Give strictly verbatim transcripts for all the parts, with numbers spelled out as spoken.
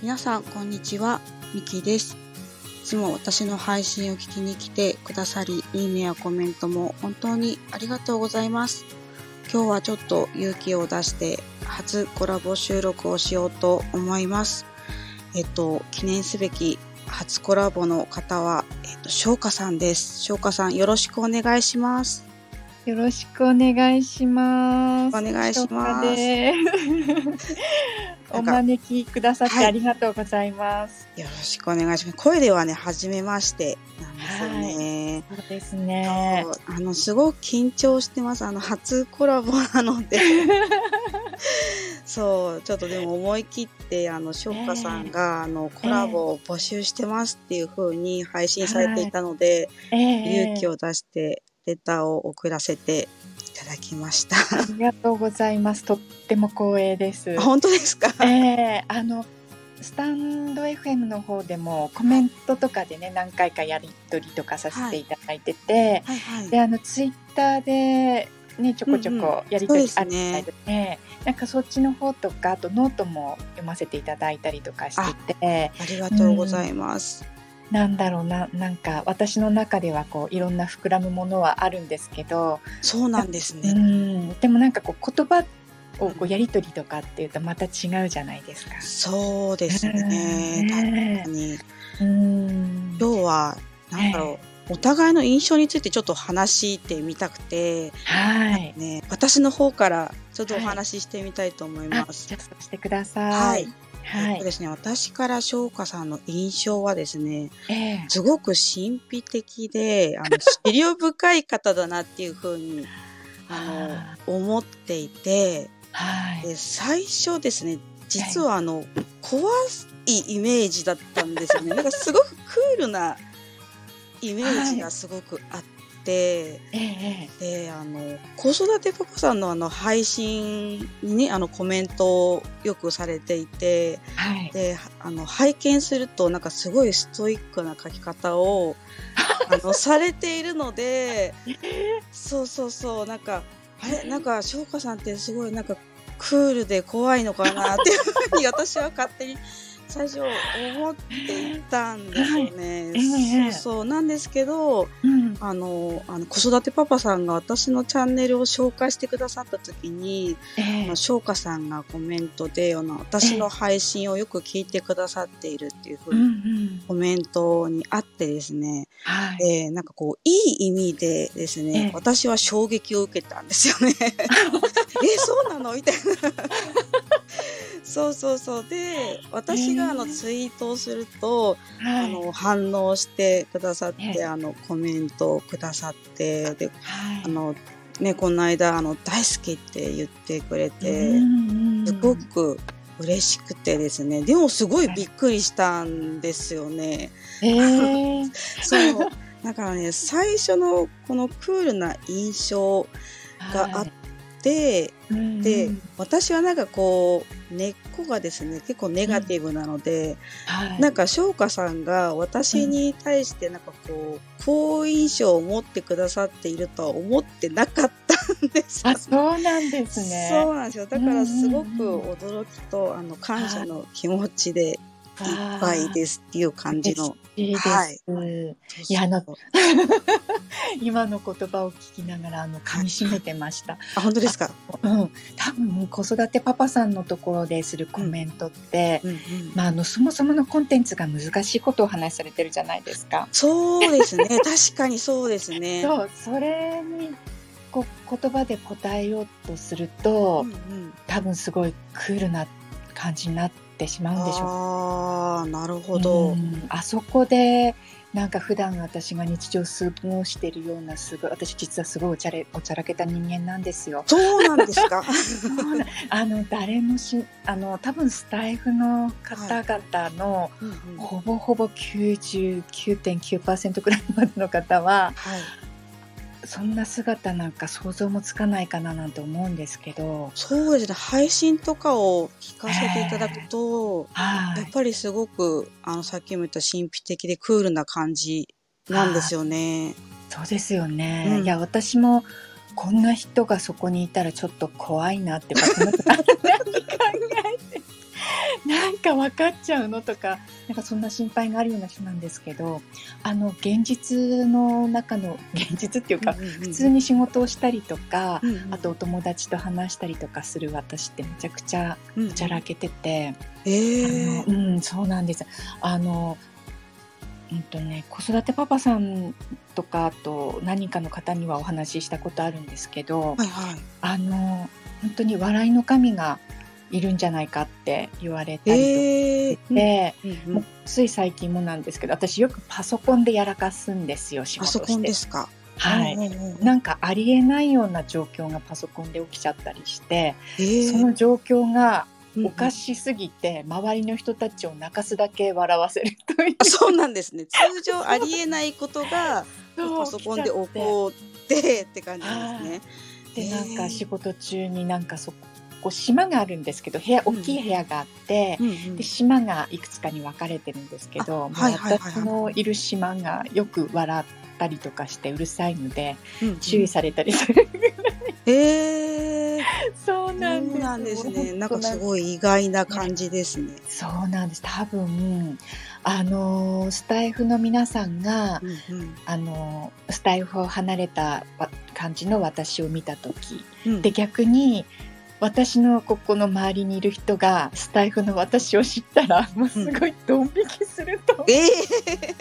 皆さんこんにちは、みきです。いつも私の配信を聞きに来てくださり、いいねやコメントも本当にありがとうございます。今日はちょっと勇気を出して初コラボ収録をしようと思います。えっと記念すべき初コラボの方は、えっと、しょうかさんです。しょうかさん、よろしくお願いします。 よろしくお願いします。 お願いします。 お招きくださってありがとうございます。 はい、よろしくお願いします。声ではね、初めましてなんですよね。 はい、そうですね。 あのすごく緊張してます。あの初コラボなので。そうちょっとでも思い切ってあのしょうかさんが、えー、あのコラボを募集してますっていう風に配信されていたので、はいえー、勇気を出してレターを送らせていただきました。 ありがとうございます。とっても光栄です。 本当ですか？ えー、あのスタンド エフエム の方でもコメントとかでね何回かやり取りとかさせていただいてて、はいはいはい、であのツイッターでね、ちょこちょこやり取りあるみたいで、ね、なんかそっちの方とかあとノートも読ませていただいたりとかしててあ, ありがとうございます、 うん、なんだろうななんか私の中ではこういろんな膨らむものはあるんですけどそうなんですね、 うん、でもなんかこう言葉をこうやり取りとかっていうとまた違うじゃないですか。 そうですね、確かに、うん、今日はなんだろう、えーお互いの印象についてちょっと話してみたくて、 はいね、私の方からちょっとお話ししてみたいと思います。 はい、じゃあそうしてください。 はい。はい、えっとですね、私からしょうかさんの印象はですね、 えー、 すごく神秘的で、あの資料深い方だなっていうふうにあの思っていて、 はい、 で最初ですね、実はあの怖いイメージだったんですよね。なんかすごくクールなイメージがすごくあって、はい、であの子育てパパさんのあの配信にねあのコメントをよくされていて、はい、であの拝見するとなんかすごいストイックな書き方をあのされているのでそうそうそうなんかあれなんかしょうかさんってすごいなんかクールで怖いのかなっていうふうに私は勝手に最初思っていたんですよね、はい、そうそうなんですけど、うん、あのあの子育てパパさんが私のチャンネルを紹介してくださった時に、えー、あのしょうかさんがコメントであの私の配信をよく聞いてくださっているっていう風にコメントにあってですね、うんうん、えー、なんかこういい意味でですね、えー、私は衝撃を受けたんですよね。えそうなのみたいなそうそうそうで私があのツイートをすると、えー、あの反応してくださって、えー、あのコメントをくださってで、はい、あのねこの間あの大好きって言ってくれてすごく嬉しくてですねでもすごいびっくりしたんですよね。えー、そうだからね最初のこのクールな印象があって、はいで、で私はなんかこう根っこがですね結構ネガティブなので、うんはい、なんかしょうかさんが私に対してなんかこう好印象を持ってくださっているとは思ってなかったんですよ。 あ、そうなんですね。 そうなんですよ。だからすごく驚きと、あの感謝の気持ちでいっぱいですっていう感じの。 いいです。はい、いやあの今の言葉を聞きながらあの噛み締めてました。 あ、本当ですか？ うん、多分子育てパパさんのところでするコメントって、うんうんうんまあ、あのそもそものコンテンツが難しいことをお話しされてるじゃないですか。 そうですね確かにそうですね。 そうそれにこ言葉で答えようとすると、うんうん、多分すごいクールな感じになってしまうんでしょうか。 あーなるほど、 うん、あそこでなんか普段私が日常過ごしているようなすごい私実はすごいおちゃれおちゃらけた人間なんですよ。 そうなんですか？ そうなあの誰もしあの多分スタイフの方々の、はいうんうん、ほぼほぼ きゅうじゅうきゅうてんきゅうパーセント くらいまでの方は、はいそんな姿なんか想像もつかないかななんて思うんですけどそうですね配信とかを聞かせていただくと、えー、やっぱりすごくあのさっきも言った神秘的でクールな感じなんですよね。 そうですよね、うん、いや私もこんな人がそこにいたらちょっと怖いなって考えてなんか分かっちゃうのとか、なんかそんな心配があるような人なんですけど、あの現実の中の現実っていうか、うんうんうん、普通に仕事をしたりとか、うんうん、あとお友達と話したりとかする私ってめちゃくちゃおちゃらけてて、 うんうんあのうん、そうなんです。あのうんとね、子育てパパさんとかあと何人かの方にはお話ししたことあるんですけど、 はいはい、 あの本当に笑いの神がいるんじゃないかって言われたりとかして、えーうんうん、もうつい最近もなんですけど、私よくパソコンでやらかすんですよ、仕事して。 パソコンですか？ はい、うんうんうん、なんかありえないような状況がパソコンで起きちゃったりして、えー、その状況がおかしすぎて、うんうん、周りの人たちを泣かすだけ笑わせるという。 あ、そうなんですね。通常ありえないことがパソコンで起こってって感じなんですね。 で、なんか仕事中になんかそこ島があるんですけど、部屋大きい部屋があって、うんうん、で島がいくつかに分かれてるんですけど、はいはいはいはい、私のいる島がよく笑ったりとかしてうるさいので、うんうん、注意されたりするぐらい。 えー、 そうなんです。 そうなんですね。なんかすごい意外な感じですね。 そうなんです。多分あのスタイフの皆さんが、うんうん、あのスタイフを離れた感じの私を見た時、うん、で逆に私のここの周りにいる人がスタイフの私を知ったらもうすごいドン引きすると思う、うん、えー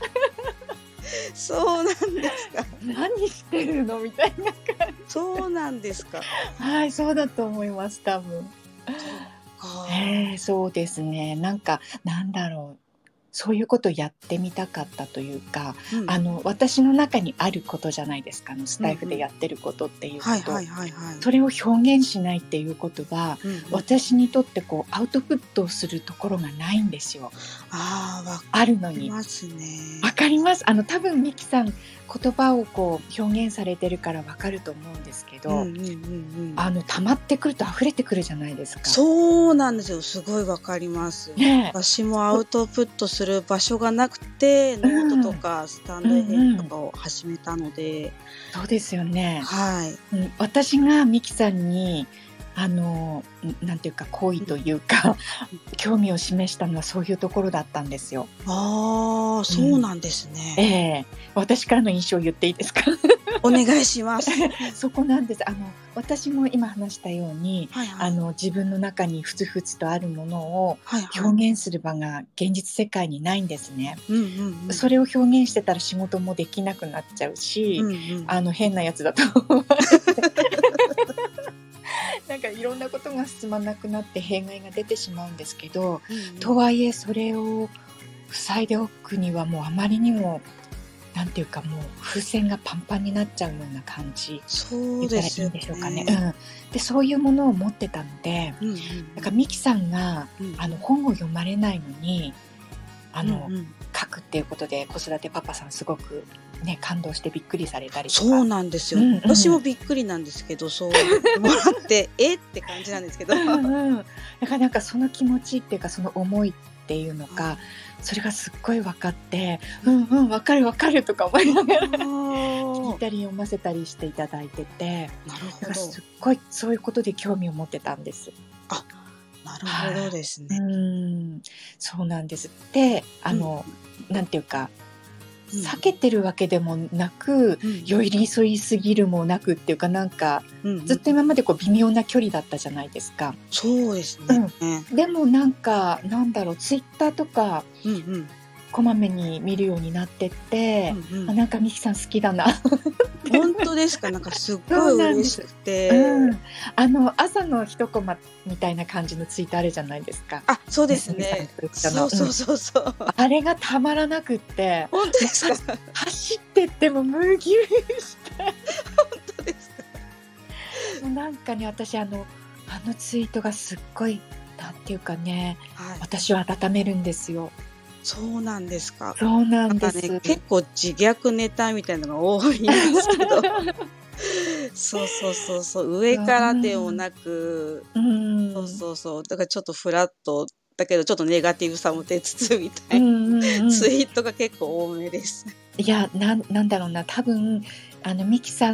そうなんですか。 何してるのみたいな感じ。 そうなんですか。 はい、そうだと思います、多分。そうか、えー、そうですね。なんかなんだろう、そういうことをやってみたかったというか、うん、あの私の中にあることじゃないですか、あのスタイフでやってることっていうこと、それを表現しないっていうことは、うんうん、私にとってこうアウトプットをするところがないんですよ。 あー、わあるのに。 わかりますね。 わかります。あの多分ミキさん言葉をこう表現されてるからわかると思うんですけど、うんうんうんうん、あの溜まってくると溢れてくるじゃないですか。 そうなんですよ。すごいわかります、ね、私もアウトプットする場所がなくてノートとかスタンド エフエム とかを始めたので、うんうん、 そうですよね。 はい、 うん、私がミキさんにあのなんていうか好意というか興味を示したのはそういうところだったんですよ。 ああ、そうなんですね。 うん、ええー、私からの印象を言っていいですか？ お願いします。 そこなんです。あの私も今話したように、はいはい、あの自分の中にふつふつとあるものを表現する場が現実世界にないんですね。うんうんうん、それを表現してたら仕事もできなくなっちゃうし、うんうん、あの変なやつだと思われてなんかいろんなことが進まなくなって弊害が出てしまうんですけど、うんうん、とはいえそれを塞いでおくにはもうあまりにもなんていうかもう風船がパンパンになっちゃうような感じ。 そうですよね。 いいんでしょうかね。うん、でそういうものを持ってたので、うんうんうん、なんかミキさんが、うん、あの本を読まれないのにあの、うんうん、書くっていうことで子育てパパさんすごくね感動してびっくりされたりとか。 そうなんですよ、うんうん、私もびっくりなんですけど、そうもらってえって感じなんですけどうん、 うん、だからなんかその気持ちっていうかその思いっていうのか、それがすっごい分かってうんうん分かる分かるとか思いながら聞いたり読ませたりしていただいてて、 なるほど、 すっごいそういうことで興味を持ってたんです。 あ、なるほどですね。 うんそうなんです。であの、うん、なんていうか避けてるわけでもなく、うん、寄り添いすぎるもなくっていうかなんか、うんうん、ずっと今までこう微妙な距離だったじゃないですか。 そうですね、 うん、でもなんかなんだろうツイッターとか、うんうん、こまめに見るようになってって、うんうん、あなんかミキさん好きだな本当ですか？なんかすっごい嬉しくて、 うん、あの朝の一コマみたいな感じのツイートあるじゃないですか。 あ、そうですね。そうそうそうそう、うん、 あれがたまらなくって、 本当ですか？ 走ってっても麦ぎゅうして本当ですか？ なんかね私あのあのツイートがすっごいなんていうかね、はい、私は温めるんですよ。 そうなんですか。 そうなんです。 ね、結構自虐ネタみたいなのが多いんですけどそうそうそうそう上からでもなく、うん、そうそうそうだからちょっとフラットだけどちょっとネガティブさも出つつみたいな、うんうんうん、ツイートが結構多めです。 いや な, なんだろうな多分あのミキさん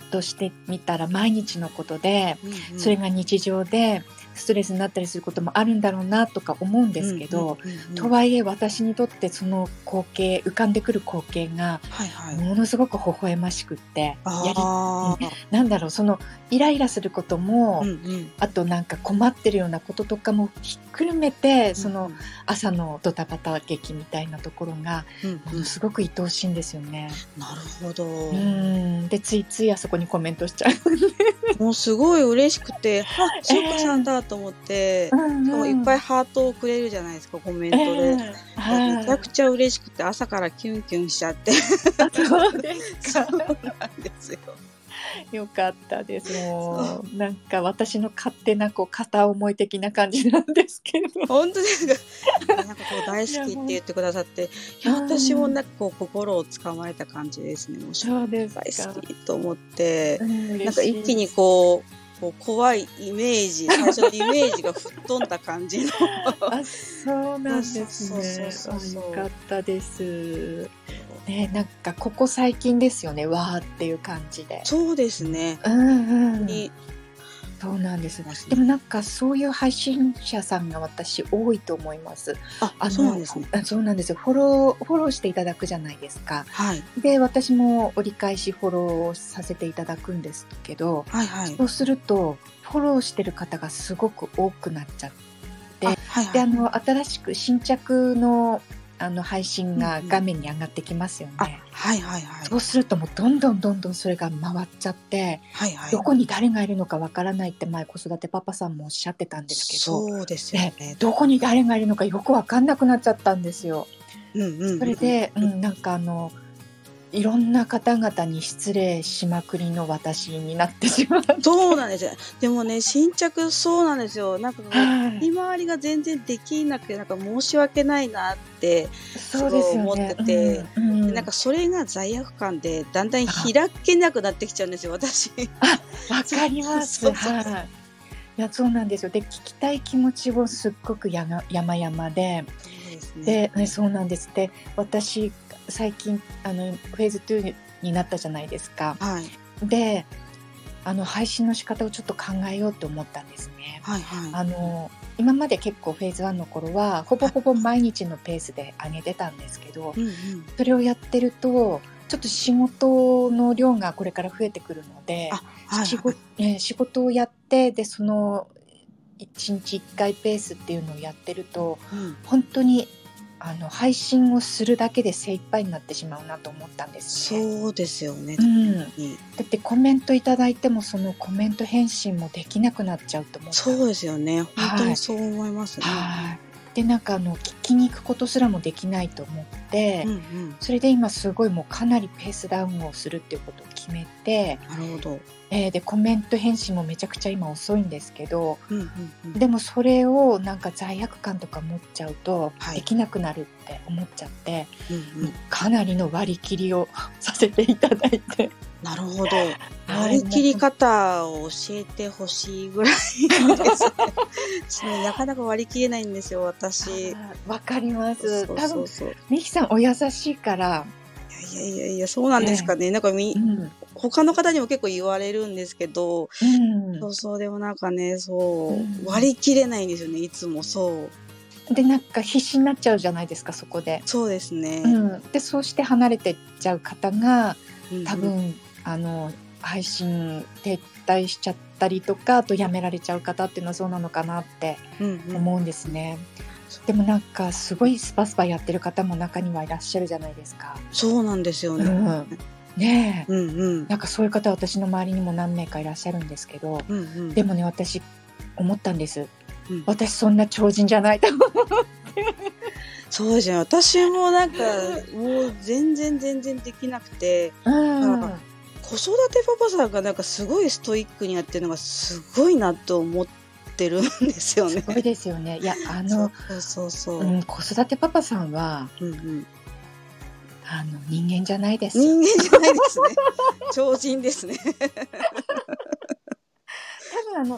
としてみたら毎日のことで、 うんうん、 それが日常でストレスになったりすることもあるんだろうなとか思うんですけど、 うんうんうんうん、 とはいえ私にとってその光景、浮かんでくる光景がものすごく微笑ましくって、はいはい、やり、うん、なんだろう、そのイライラすることも、うんうん、あとなんか困ってるようなこととかもひっくるめて、その朝のドタバタ劇みたいなところがものすごく愛おしいんですよね。 うんうん、なるほど。うん、でついついあそこにコメントしちゃう。もうすごい嬉しくて、あ、しおかさんだと思って、えーうんうん、しかもいっぱいハートをくれるじゃないですか、コメントで。えーはい、めちゃくちゃ嬉しくて朝からキュンキュンしちゃって。 そうですか。 そうなんですよ。 よかったです。もうなんか私の勝手なこう片思い的な感じなんですけど。 本当ですか。なんかこう大好きって言ってくださって、いや私もなんかこう心をつかまれた感じですね。もうそうですか。 大好きと思って、なんか一気にこう。こう怖いイメージ、最初のイメージが吹っ飛んだ感じのあ、そうなんですね。そうそうそうそう、よかったです。ね、なんかここ最近ですよね、わーっていう感じで。 そうですね。 うんうん。そうなんです。でもなんかそういう配信者さんが私多いと思います。 あ、あのそうなんですね。 そうなんですよ。フォローフォローしていただくじゃないですか。 はい。 で私も折り返しフォローさせていただくんですけど、 はいはい、 そうするとフォローしてる方がすごく多くなっちゃって、はいはい、であの新しく新着のあの配信が画面に上がってきますよね。うんうん、 はいはいはい。 そうするともうどんどんどんどんそれが回っちゃって、はいはい、どこに誰がいるのかわからないって前子育てパパさんもおっしゃってたんですけど、 そうですよね。 どこに誰がいるのかよくわかんなくなっちゃったんですよ。うんうんうん、それで、うん、なんかあのいろんな方々に失礼しまくりの私になってしまう。 そうなんですよ。でもね、新着そうなんですよ。なんかこう、見回りが全然できなくて、なんか申し訳ないなってすごい思ってて、うんうん、なんかそれが罪悪感でだんだん開けなくなってきちゃうんですよ、私。 あ、わかります。そうそうそう、はい。いや、そうなんですよ。で、聞きたい気持ちをすっごくやが山々で、そうですね。で、ね、そうなんです。で、私最近あのフェーズツーになったじゃないですか。はい、で、あの配信の仕方をちょっと考えようと思ったんですね。はいはい、あの今まで結構フェーズワンの頃はほぼほぼ毎日のペースで上げてたんですけど、うんうん、それをやってるとちょっと仕事の量がこれから増えてくるので、はいはい、仕事、えー、仕事をやってでそのいちにちいっかいペースっていうのをやってると、うん、本当にあの配信をするだけで精一杯になってしまうなと思ったんですね。 そうですよね、 うん、だってコメントいただいてもそのコメント返信もできなくなっちゃうと思った。 そうですよね、本当にそう思いますね。はいはい、 でなんかあの聞きに行くことすらもできないと思って、うんうん、それで今すごいもうかなりペースダウンをするっていうことを決めて、 なるほど、 えー、でコメント返信もめちゃくちゃ今遅いんですけど、うんうんうん、でもそれをなんか罪悪感とか持っちゃうとできなくなるって思っちゃって、はい、うんうん、かなりの割り切りをさせていただいて。 なるほど、割り切り方を教えてほしいぐらいですね。なかなか割り切れないんですよ、私。 わかります。多分ミキさんお優しいから。 いやいやいや、そうなんですかね。えー、なんかみ、うん、他の方にも結構言われるんですけど、うん、そうそう、でもなんかね、そう、うん、割り切れないんですよね、いつもそう。 で、なんか必死になっちゃうじゃないですか、そこで。 そうですね。 うん、で、そうして離れてっちゃう方が、多分、うんうん、あの、配信撤退しちゃったりとか、あとやめられちゃう方っていうのはそうなのかなって思うんですね。うんうん、でもなんかすごいスパスパやってる方も中にはいらっしゃるじゃないですか。 そうなんですよね。うん、 ねえ、うんうん、なんかそういう方私の周りにも何名かいらっしゃるんですけど、うんうん、でもね私思ったんです、うん、私そんな超人じゃないと思ってそうですね、私もなんかもう全然全然できなくて、うん、子育てパパさんがなんかすごいストイックにやってるのがすごいなと思ってるんですよね。 すごいですよね。いやあのそうそうそう、 うん、子育てパパさんは、うんうん、あの人間じゃないです。 人間じゃないですね。超人ですね。 多分あの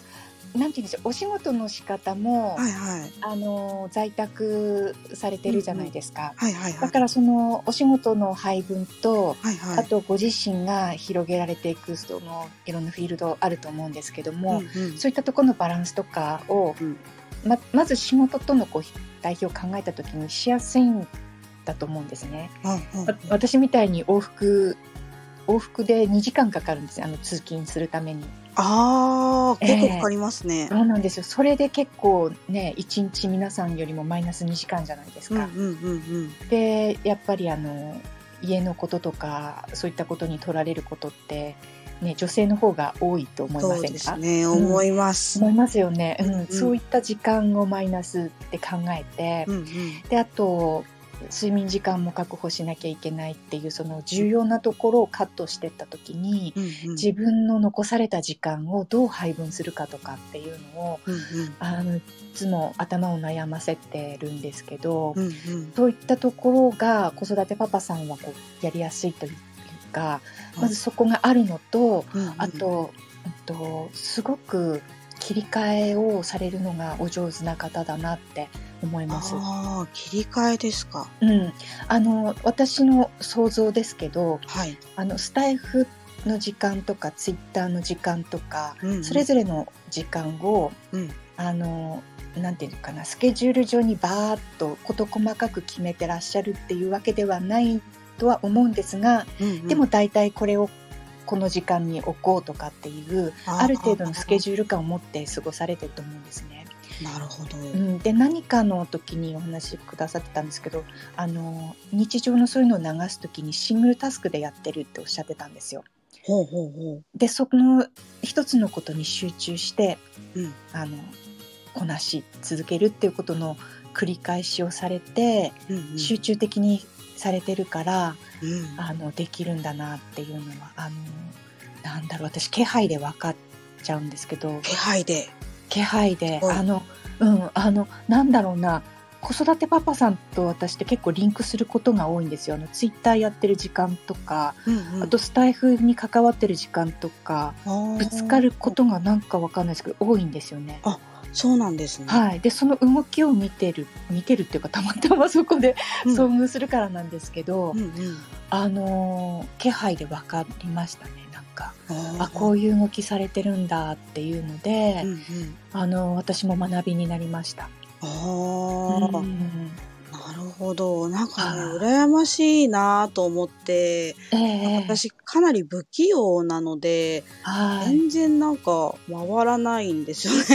なんていうんでしょう、お仕事の仕方も、 はいはい。 あの在宅されてるじゃないですか。 うんうん、はいはいはい。 だからそのお仕事の配分と、 はいはい。 あとご自身が広げられていくそのいろんなフィールドあると思うんですけども、 うんうん、 そういったところのバランスとかを、 うん、 ままず仕事とのこう対比を考えた時にしやすいんだと思うんですね。 うんうんわ私みたいに往復往復でにじかんかかるんですよ、あの通勤するために。 ああ、 ええ、 結構かかりますね。 そうなんですよ。それで結構ね、いちにち皆さんよりもマイナスにじかんじゃないですか。 うんうんうんうん。 で、やっぱりあの家のこととかそういったことに取られることってね、女性の方が多いと思いまそうせんか？ ですね、 うん、 思います。 思いますよね。うん、 うんうん。 そういった時間をマイナスって考えて、 うんうん。 で、あと睡眠時間も確保しなきゃいけないっていうその重要なところをカットしてった時に、 うんうん。 自分の残された時間をどう配分するかとかっていうのを、 うんうん。 あのいつも頭を悩ませてるんですけど、 うんうん。 そういったところが子育てパパさんはこうやりやすいというか、まずそこがあるのと、 うんうん。 あと、うんと、すごく切り替えをされるのがお上手な方だなって思います。 ああ、切り替えですか。 うん、あの私の想像ですけど、 はい。 あのスタイフの時間とかツイッターの時間とか、 うんうん。 それぞれの時間をうん。 あのなんていうのかな、スケジュール上にバーッと事細かく決めてらっしゃるっていうわけではないとは思うんですが、 うんうん。 でも大体これをこの時間に置こうとかっていうあある程度のスケあ、 ジュール感を持って過ごされてると思うんですね。 なるほど。 うん、で何かの時にお話しくださってたんですけど、あの日常のそういうのを流す時にシングルタスクでやってるっておっしゃってたんですよ。 ほうほうほう。 でその一つのことに集中してうん。 あのこなし続けるっていうことの繰り返しをされて、 うんうん。 集中的にされてるからうん。 あのできるんだなっていうのは、あのなんだろう、私気配で分かっちゃうんですけど、 気配で。 気配で、 はい。 あの、うん、あの、なんだろうな、子育てパパさんと私って結構リンクすることが多いんですよ。あの、ツイッターやってる時間とか、 うんうん。 あとスタイフに関わってる時間とか、 あぶつかるこあ。 とがなんかわかんないですけど、多いんですよね。 あ、そうなんですね。 はい。で、その動きを見てる、見てるっていうか、たまたまそこでうん。 遭遇するからなんですけど、 うんうん。 あの、気配で分かりましたね、なんか。あ、 ああ。 こういう動きされてるんだっていうので、 うんうん。 あの、私も学びになりました。 あうあ。 ん。 なるほど。なんかね、 は羨ましいなと思って、 い。えなんかえええ。 私かなり不器用なので、 はい。 全然なんか回らないんですよね。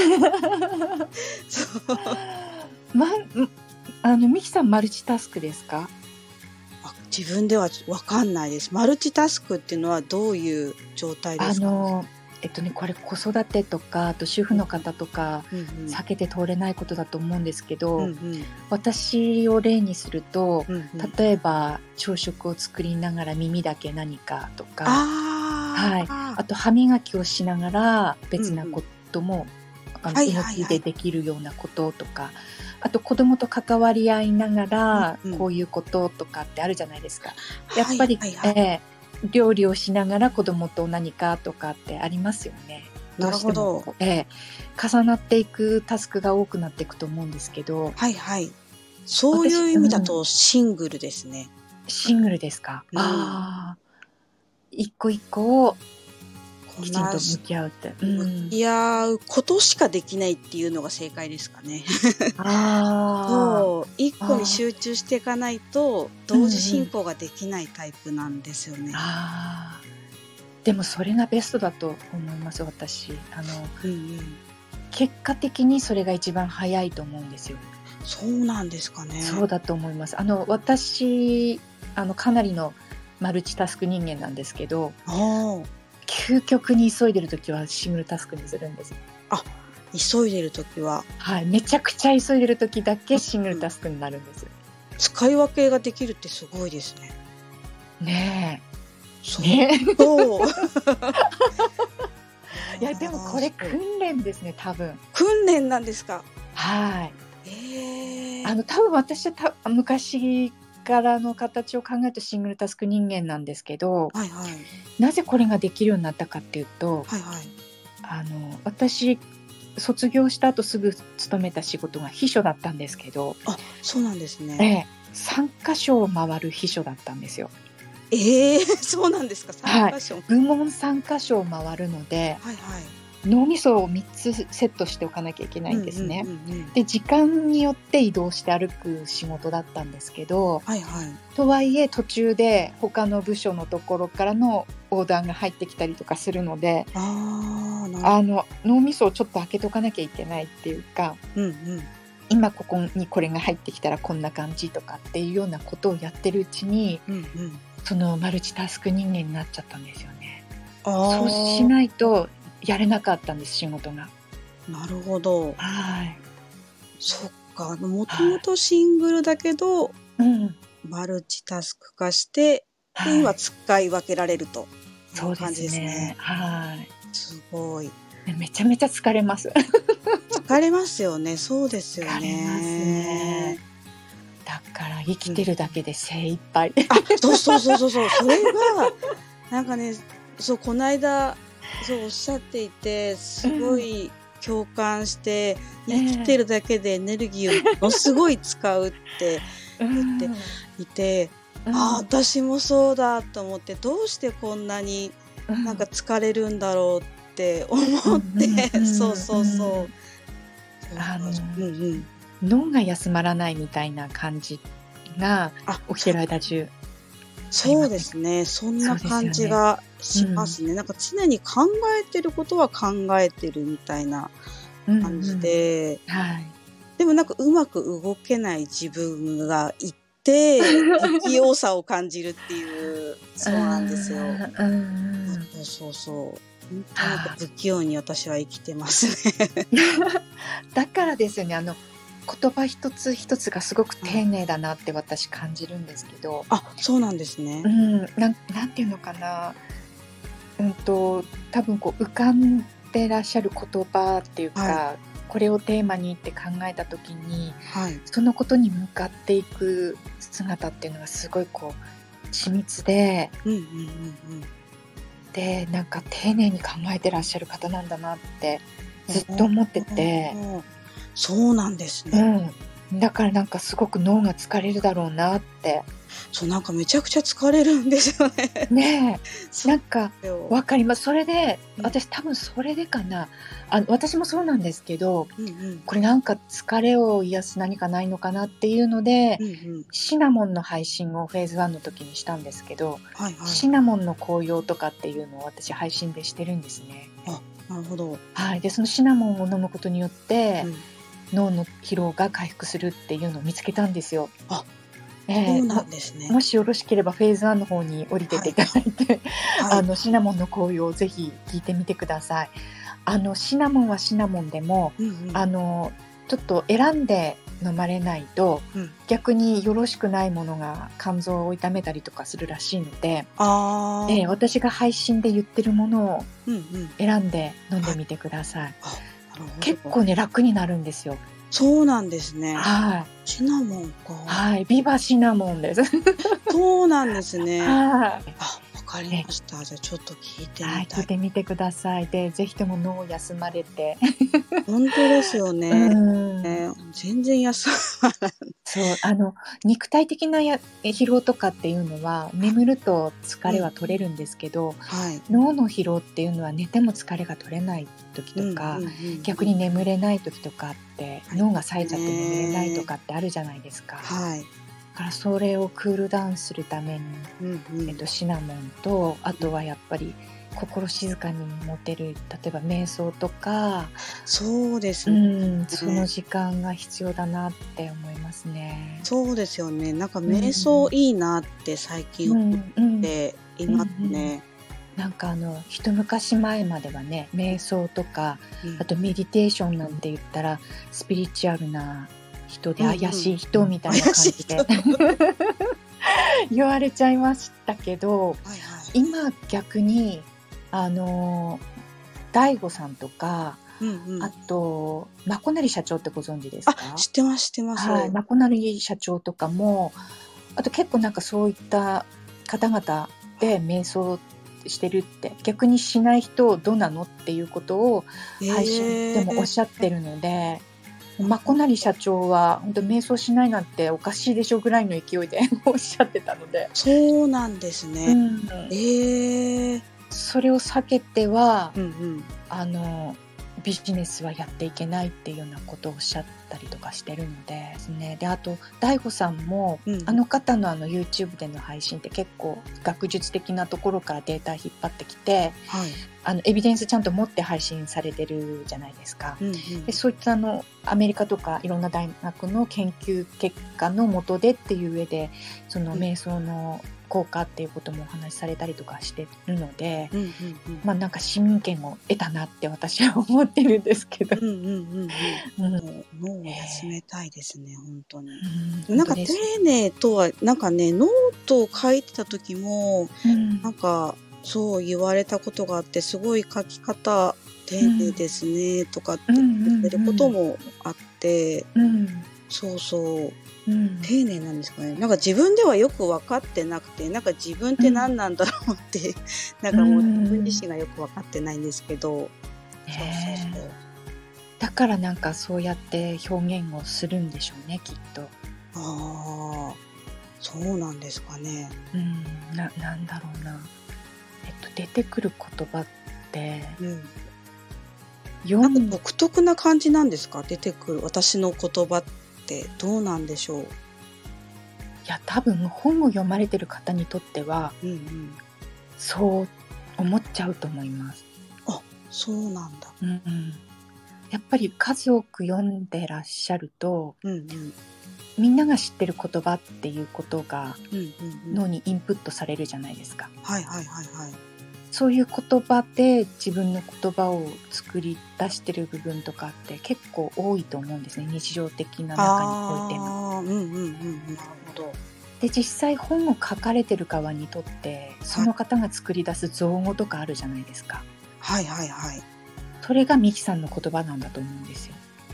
そう。 まんあの、ミキさんマルチタスクですか？ あ、自分ではわかんないです。マルチタスクっていうのはどういう状態であすか？ の、えっとね、これ子育てとか、あと主婦うんの方とか、 うん。うんうん。 避けて通れないことだと思うんですけうんうど、 ん。 私を例にすると、 うんうん。 例えば朝食を作りながら耳だけ何かとか、はい。 ああ。 あと歯磨きをしながら別なこうんうん。 とも、あの、 はい動はいはい。 きでできるようなこととか、あと子供と関わり合いながら、 うんうん。 こういうこととかってあるじゃないですか。やっはいぱり、 はいはい。 ええ、料理をしながら子供と何かとかってありますよね。どなうしてもるほど。 こう、ええ、重なっていくタスクが多くなっていくと思うんですけど、 はいはい。そういう意私うん、 味だとシングルですね。 シングルですか？ うん。 ああ、一個一個をこきちんと向なすき合うって。う向ん。 き合うことしかできないっていうのが正解ですかね。 あそう、一あ、 個にああ、 集中していかないと、 うん同時うん。 進行ができないタイプなんですよね。 ああ、でもそれがベストだと思います、私。あの、 うんうん。 結果的にそれが一番早いと思うんですよ。 そうなんですかね。 そうだと思います。あの、私、あの、かなりのマルチタスク人間なんですけど、 ああ。 究極に急いでる時はシングルタスクにするんです。 あ、急いでる時は、 はい、めちゃくちゃ急いでる時だけシングルうん、 タスクになるんです。 使い分けができるってすごいですね。 ねえ。 そう。 ねえ。 そう。 いや、でもああ、 これそう。 訓練ですね、多分。 訓練なんですか？ はい。 ええ。 あの、多分私はた昔からの形を考えるとシングルタスク人間なんですけど、 はいはい。 なぜこれができるようになったかっていうと、 はいはい。 あの、私、 卒業した後すぐ勤めた仕事が秘書だったんですけど、 あ、そうなんですね。 ええ、さんかしょを回る秘書だったんですよ。 ええー、そうなんですか。さんかしょ。 部門さんかしょを回るので、 はいはい。 脳みそをみっつセットしておかなきゃいけないんですね。 うんうんうんうん、 で、時間によって移動して歩く仕事だったんですけど、 はいはい、 とはいえ途中で他の部署のところからのオーダーが入ってきたりとかするので、 ああの脳みそをちょっと開けとかなきゃいけないっていうか、 うんうん、 今ここにこれが入ってきたらこんな感じとかっていうようなことをやってるうちに、うんうん、そのマルチタスク人間になっちゃったんですよね。そうしないとやれなかったんです、仕事が。 なるほど。 はい。 そっか、もともとシングルだけど、 うん、 マルチタスク化して、はい、で今使い分けられるという感じですね。 はい。 すごい。 めちゃめちゃ疲れます。 疲れますよね。そうですよね。 疲れますね。だから生きてるだけで精一杯。 うん、あ、そうそうそうそうそう。それがなんかね、そうこの間そうおっしゃっていてすごい共感して、うん、生きてるだけでエネルギーをものすごい使うって言っていて、うん、あ、私もそうだと思って、どうしてこんなになんか疲れるんだろうって思って、うん、そうそうそう。 あの、うんうん、脳が休まらないみたいな感じが起きてる間中。 そうですね。そんな感じがしますね。すね、うん、なんか常に考えてることは考えてるみたいな感じで、うんうん、はい、でもなんかうまく動けない自分がいて、不器用さを感じるっていう、そうなんですよ。うん、そうそうそう。本当になんか不器用に私は生きてますね。 だからですよね。あの言葉一つ一つがすごく丁寧だなって私感じるんですけど、 あ、そうなんですね。 うん、なん、なんていうのかな、うんと多分こう浮かんでらっしゃる言葉っていうか、はい、これをテーマにって考えた時に、はい、そのことに向かっていく姿っていうのがすごいこう緻密で、うんうんうんうん、でなんか丁寧に考えてらっしゃる方なんだなってずっと思ってて。 そうなんですね、 うん、だからなんかすごく脳が疲れるだろうなって。 そう、なんかめちゃくちゃ疲れるんですよね。 ねえ、なんかわかります。それで、うん、私多分それでかな、あの私もそうなんですけど、うんうん、これなんか疲れを癒す何かないのかなっていうので、うんうん、シナモンの配信をフェーズワンの時にしたんですけど、はいはい、シナモンの紅葉とかっていうのを私配信でしてるんですね。 あ、なるほど。 はい、でそのシナモンを飲むことによって、うん、脳の疲労が回復するっていうのを見つけたんですよ。 あ、えー、そうなんですね。 も, もしよろしければフェーズワンの方に降りてていただいて、はいはい、あのシナモンの紅葉をぜひ聞いてみてください。あのシナモンはシナモンでも、うんうん、あのちょっと選んで飲まれないと、うん、逆によろしくないものが肝臓を痛めたりとかするらしいので、あ、えー、私が配信で言ってるものを選んで飲んでみてください。はい、結構ね楽になるんですよ。 そうなんですね。 はい。 シナモンか。 はい、ビバシナモンです。 そうなんですね。はい。あ、わかりました。じゃあちょっと聞いてみたい。はい、 聞いてみてください。で、ぜひとも脳を休まれて。 本当ですよね。うんね、全然休まらない。 そう、あの肉体的なや疲労とかっていうのは眠ると疲れは取れるんですけど、うんはい、脳の疲労っていうのは寝ても疲れが取れない時とか、うんうんうん、逆に眠れない時とかって、はい、脳が冴えちゃって眠れないとかってあるじゃないですか。はい、だからそれをクールダウンするために、うんうんえっと、シナモンとあとはやっぱり心静かに持てる、例えば瞑想とか、 そうですね、 うん、その時間が必要だなって思いますね。 そうですよね。なんか瞑想いいなって最近思っていますね。うんうんうん、 なんかあの一昔前まではね、瞑想とか、うん、あとメディテーションなんて言ったらスピリチュアルな人で怪しい人みたいな感じで、うんうん、言われちゃいましたけど、はいはい、今逆にあの大悟さんとか、うんうん、あとまこなり社長ってご存知ですか？ あ、知ってます知ってます。 はい、まこなり社長とかも、あと結構なんかそういった方々で瞑想してるって、逆にしない人どうなのっていうことを配信でもおっしゃってるので、まこなり社長は本当瞑想しないなんておかしいでしょぐらいの勢いでおっしゃってたので。 そうなんですね。うん、えー、 それを避けては、 うんうん、 あのビジネスはやっていけないっていうようなことをおっしゃったりとかしてるのでですね。で、あと大悟さんも、うん、あの方のあの YouTube での配信って結構学術的なところからデータ引っ張ってきて、はい、あのエビデンスちゃんと持って配信されてるじゃないですか、うんうん、でそういったあのアメリカとかいろんな大学の研究結果のもとでっていう上でその瞑想の効果っていうこともお話しされたりとかしてるので、うんうんうん、まあなんか市民権を得たなって私は思ってるんですけど、うんうんうんうん、もう脳を休めたいですね、えー、本当に、うん、なんか丁寧とはなんかねノートを書いてた時も、うん、なんかそう言われたことがあって、すごい書き方丁寧ですね、うん、とかって言ってることもあって、うんうんうん、そうそううん、丁寧なんですかね。なんか自分ではよく分かってなくて、なんか自分って何なんだろうって、うん、なんかもう自分自身がよく分かってないんですけど、うん、そうそうそう。 だからなんかそうやって表現をするんでしょうね、きっと。 ああ、そうなんですかね。 うん、な、なんだろうな。えっと出てくる言葉って、うん、 なんか独特な感じなんですか？出てくる私の言葉ってどうなんでしょう？ いや多分本を読まれてる方にとっては、うんうん、そう思っちゃうと思います。 あ、そうなんだ、 うんうん、やっぱり数多く読んでらっしゃると、うんうん、みんなが知ってる言葉っていうことが脳にインプットされるじゃないですか、 うんうんうん、はいはいはいはい。 そういう言葉で自分の言葉を作り出してる部分とかって結構多いと思うんですね、日常的な中においても。うんうんうんうん、なるほど。で実際本を書かれてる側にとってその方が作り出す造語とかあるじゃないですか。 はいはいはい。 それがミキさんの言葉なんだと思うんですよ。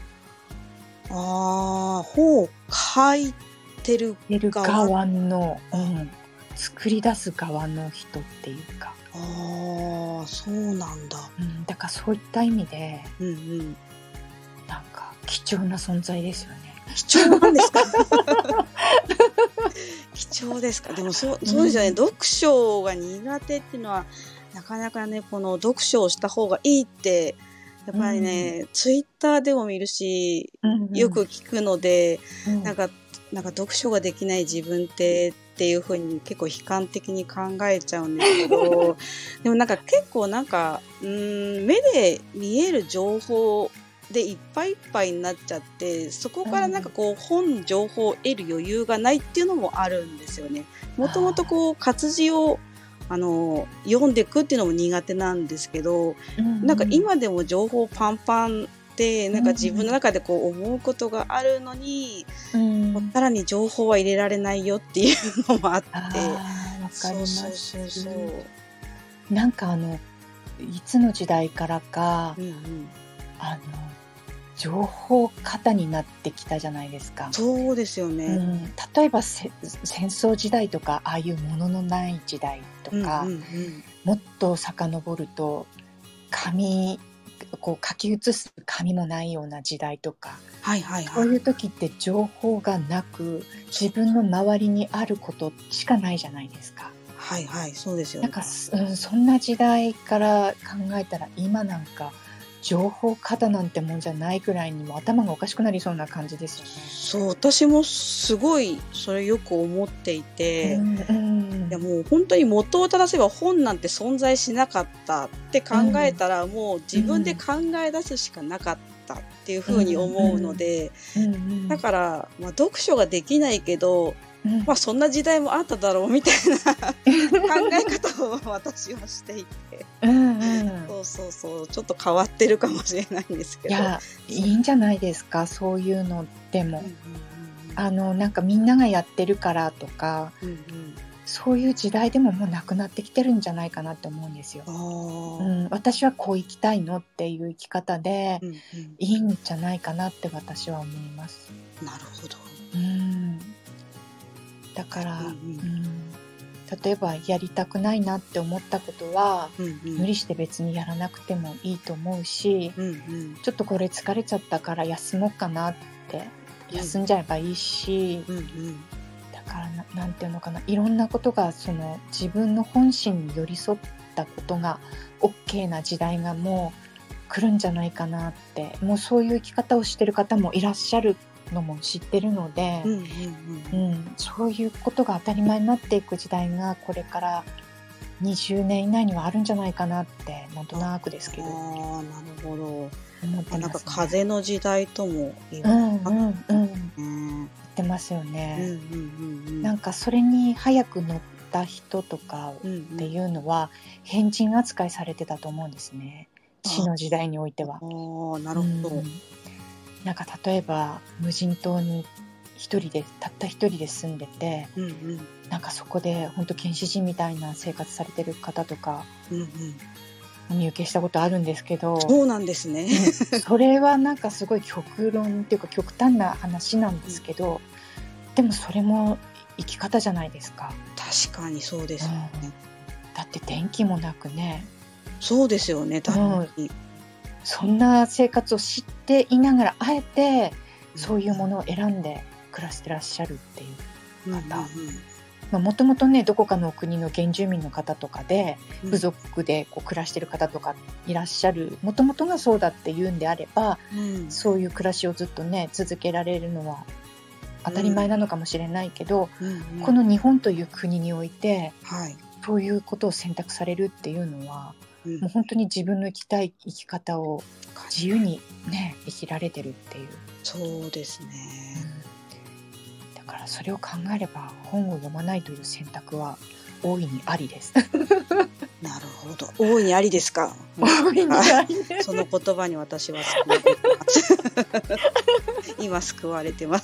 ああ、本を書いてる側、 側の、うん、作り出す側の人っていうか。 ああ、そうなんだ、 うん、だからそういった意味で、うんうん、なんか貴重な存在ですよね。 貴重なんですか貴重ですか。でもそう、そうですよね、うん、読書が苦手っていうのはなかなかね、この読書をした方がいいってやっぱりね、うん、ツイッターでも見るし、うんうん、よく聞くので、うん、なんかなんか読書ができない自分ってっていう風に結構悲観的に考えちゃうんですけどでもなんか結構なんかうーん目で見える情報でいっぱいいっぱいになっちゃって、そこからなんかこう、うん、本情報を得る余裕がないっていうのもあるんですよね。もともとこう活字をあの読んでいくっていうのも苦手なんですけど、うんうん、なんか今でも情報パンパンでなんか自分の中でこう思うことがあるのに、うんうん、さらに情報は入れられないよっていうのもあって、あ、 わかります。そうそうそう。なんかあのいつの時代からか、うんうん、あの情報過多になってきたじゃないですか。 そうですよね、うん、 例えば戦争時代とかああいうもののない時代とか、うんうんうん、もっと遡ると紙こう書き写す紙もないような時代とか、はいはいはい、そういう時って情報がなく自分の周りにあることしかないじゃないですか。 はいはい、そうですよね。 なんか、うん、そんな時代から考えたら今なんか情報過多なんてもんじゃないくらいにも頭がおかしくなりそうな感じですよね。 そう、私もすごいそれよく思っていて、うんうん、いやもう本当に元を正せば本なんて存在しなかったって考えたら、うん、もう自分で考え出すしかなかったっていうふうに思うので、うんうんうん、だから、まあ、読書ができないけど、うん、まあそんな時代もあっただろうみたいな考え方を私はしていて、うんうん、そうそうそう、ちょっと変わってるかもしれないんですけど。 いや、いいんじゃないですか、そういうのでも、うんうんうん、あのなんかみんながやってるからとか、うんうん、そういう時代でももうなくなってきてるんじゃないかなって思うんですよ。うん、私はこう生きたいのっていう生き方で、うんうん、いいんじゃないかなって私は思います。 なるほど。 うん、だから、うんうん、 例えばやりたくないなって思ったことは、 うんうん無理して別にやらなくてもいいと思うし、 うんうんちょっとこれ疲れちゃったから休もうかなって休んじゃえばいいし、 うんうんだからな、なんていうのかな、いろんなことがその自分の本心に寄り添ったことが OK な時代がもう来るんじゃないかなって、もうそういう生き方をしてる方もいらっしゃるのも知ってるので、 うんうんうん、そういうことが当たり前になっていく時代がこれからにじゅうねん以内にはあるんじゃないかなってなんとなくですけどああ、なるほど。 思ってあ、 ますね。 なんか風の時代とも言わうんうんうん言ね。 ってますようんね。 うんうんなんかそれに早く乗った人とかうんっていうのは変人扱いされてたと思うんですね。死の時代においては。 ああ、なるほど。 うんなんか例えば無人島に一人でたった一人で住んでて、 うんうんなんかそこで本当原始人みたいな生活されてる方とかうんうん。 お見受けしたことあるんですけど、 そうなんですね。 うんそれはなんかすごい極論っていうか極端な話なんですけど、でもそれも生き方じゃないですか。 確かにそうですよね。 だって電気もなくね、 そうですよね。確かに。 そんな生活を知っていながらあえてそういうものを選んで暮らしてらっしゃるっていう方、もともとねどこかの国の原住民の方とかでうん部族でこう暮らしてる方とかいらっしゃる、もともとがそうだっていうんであれば、 うんそういう暮らしをずっとね続けられるのは当たり前なのかもしれないけど、 うんうんこの日本という国においてはいそういうことを選択されるっていうのは、 うんもう本当に自分の生きたい生き方を自由にね生きられてるっていう、 そうですね。 だからそれを考えれば本を読まないという選択は大いにありです。 なるほど。大いにありですか。 大いにありです。 その言葉に私は救われてます。今救われてます。